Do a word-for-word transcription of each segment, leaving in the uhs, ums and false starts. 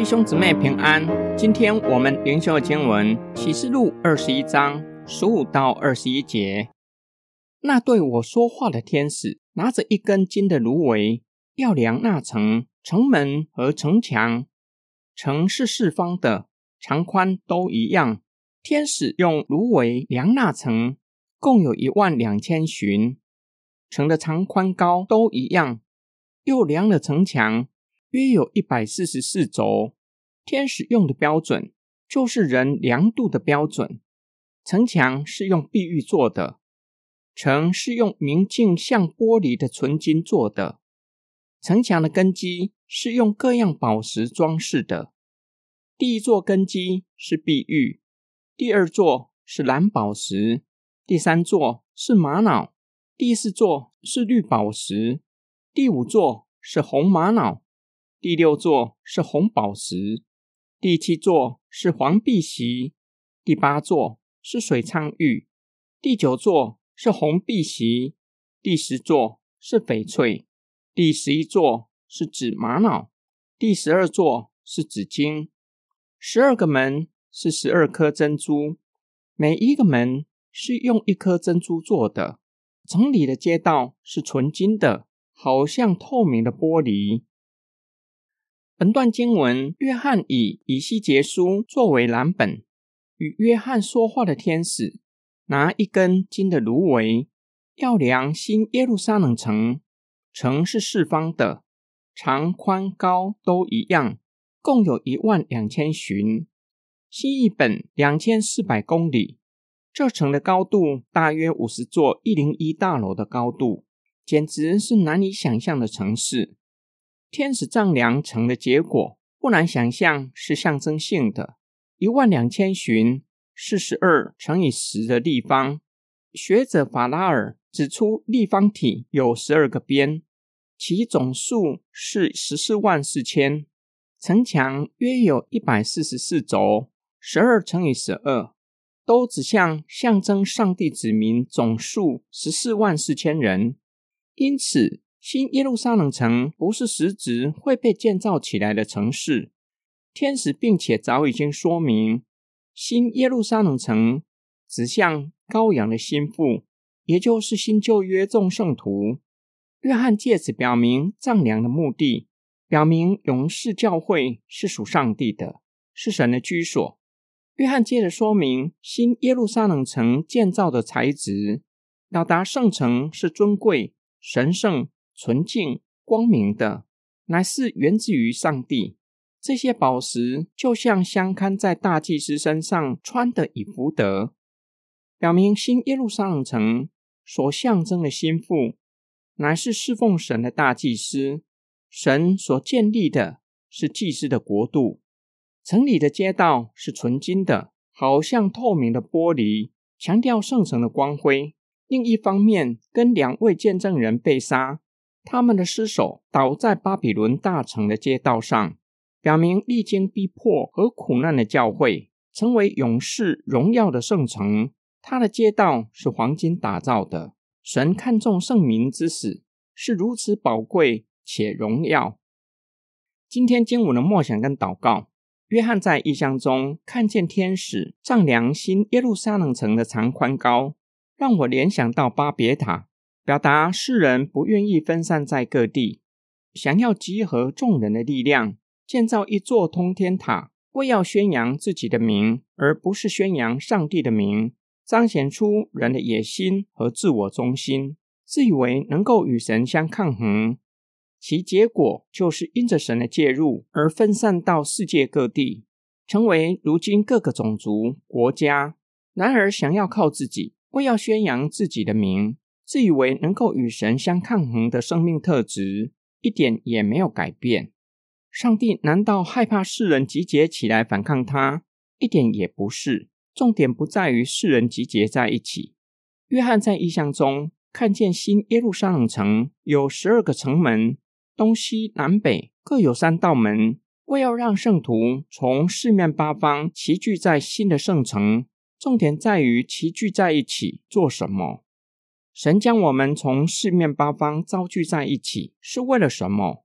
弟兄姊妹平安，今天我们灵修的经文启示录二十一章十五到二十一节。那对我说话的天使拿着一根金的芦苇，要量那城、城门和城墙。城是四方的，长宽都一样。天使用芦苇量那城，共有一万两千寻。城的长宽高都一样。又量了城墙，约有一百四十四肘。天使用的标准就是人量度的标准。城墙是用碧玉做的，城是用明净像玻璃的纯金做的。城墙的根基是用各样宝石装饰的。第一座根基是碧玉，第二座是蓝宝石，第三座是玛瑙，第四座是绿宝石，第五座是红玛瑙，第六座是红宝石，第七座是黄碧玺，第八座是水苍玉，第九座是红碧玺，第十座是翡翠，第十一座是紫玛瑙，第十二座是紫金。十二个门是十二颗珍珠，每一个门是用一颗珍珠做的。城里的街道是纯金的，好像透明的玻璃。本段经文，约翰以以西结书作为蓝本，与约翰说话的天使拿一根金的芦苇，要量新耶路撒冷城。城是四方的，长宽高都一样，共有一万两千寻。新译本两千四百公里。这城的高度大约五十座一零一大楼的高度，简直是难以想象的城市。天使丈量城的结果不难想象是象征性的。一万两千寻，四十二乘以十的立方。学者法拉尔指出，立方体有十二个边，其总数是十四万四千。城墙约有一百四十四肘，十二乘以十二，都指向象征上帝子民总数十四万四千人。因此，新耶路撒冷城不是实质会被建造起来的城市。天使并且早已经说明，新耶路撒冷城指向羔羊的心腹，也就是新旧约众圣徒。约翰借此表明丈量的目的，表明勇士教会是属上帝的，是神的居所。约翰接着说明新耶路撒冷城建造的材质，表达圣城是尊贵、神圣、纯净、光明的，乃是源自于上帝。这些宝石就像镶嵌在大祭司身上穿的以弗得，表明新耶路撒冷城所象征的心腹，乃是侍奉神的大祭司。神所建立的是祭司的国度。城里的街道是纯金的，好像透明的玻璃，强调圣城的光辉。另一方面，跟两位见证人被杀，他们的尸首倒在巴比伦大城的街道上，表明历经逼迫和苦难的教会成为勇士荣耀的圣城。它的街道是黄金打造的。神看重圣民之死是如此宝贵且荣耀。今天经文的默想跟祷告，约翰在异象中看见天使丈量新耶路撒冷城的长宽高，让我联想到巴别塔，表达世人不愿意分散在各地，想要集合众人的力量，建造一座通天塔，为要宣扬自己的名，而不是宣扬上帝的名，彰显出人的野心和自我中心，自以为能够与神相抗衡。其结果就是因着神的介入而分散到世界各地，成为如今各个种族、国家。然而想要靠自己，为要宣扬自己的名，自以为能够与神相抗衡的生命特质，一点也没有改变。上帝难道害怕世人集结起来反抗他？一点也不是。重点不在于世人集结在一起。约翰在异象中看见新耶路撒冷城有十二个城门，东西南北各有三道门，为要让圣徒从四面八方齐聚在新的圣城。重点在于齐聚在一起做什么？神将我们从四面八方召聚在一起是为了什么？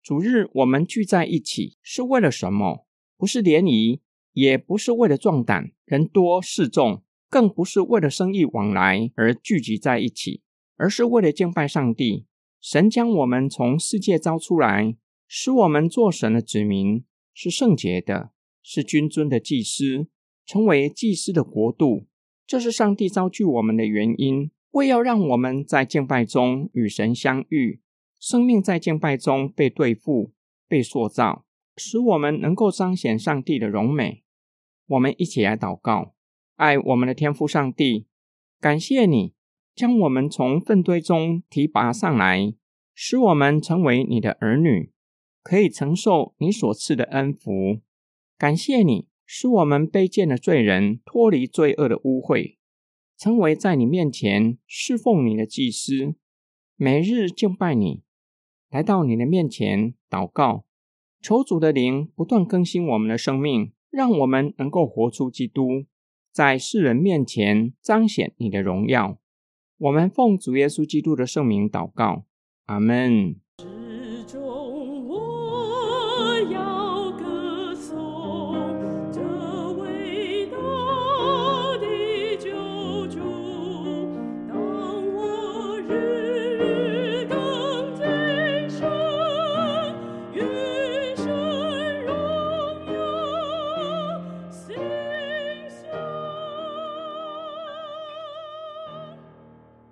主日我们聚在一起是为了什么？不是联谊，也不是为了壮胆，人多势众，更不是为了生意往来而聚集在一起，而是为了敬拜上帝。神将我们从世界召出来，使我们做神的子民，是圣洁的，是君尊的祭司，成为祭司的国度。这是上帝召聚我们的原因，为要让我们在敬拜中与神相遇，生命在敬拜中被对付、被塑造，使我们能够彰显上帝的荣美。我们一起来祷告。爱我们的天父上帝，感谢你将我们从粪堆中提拔上来，使我们成为你的儿女，可以承受你所赐的恩福。感谢你使我们卑贱的罪人脱离罪恶的污秽，成为在你面前侍奉你的祭司，每日敬拜你，来到你的面前祷告，求主的灵不断更新我们的生命，让我们能够活出基督，在世人面前彰显你的荣耀。我们奉主耶稣基督的圣名祷告，阿们。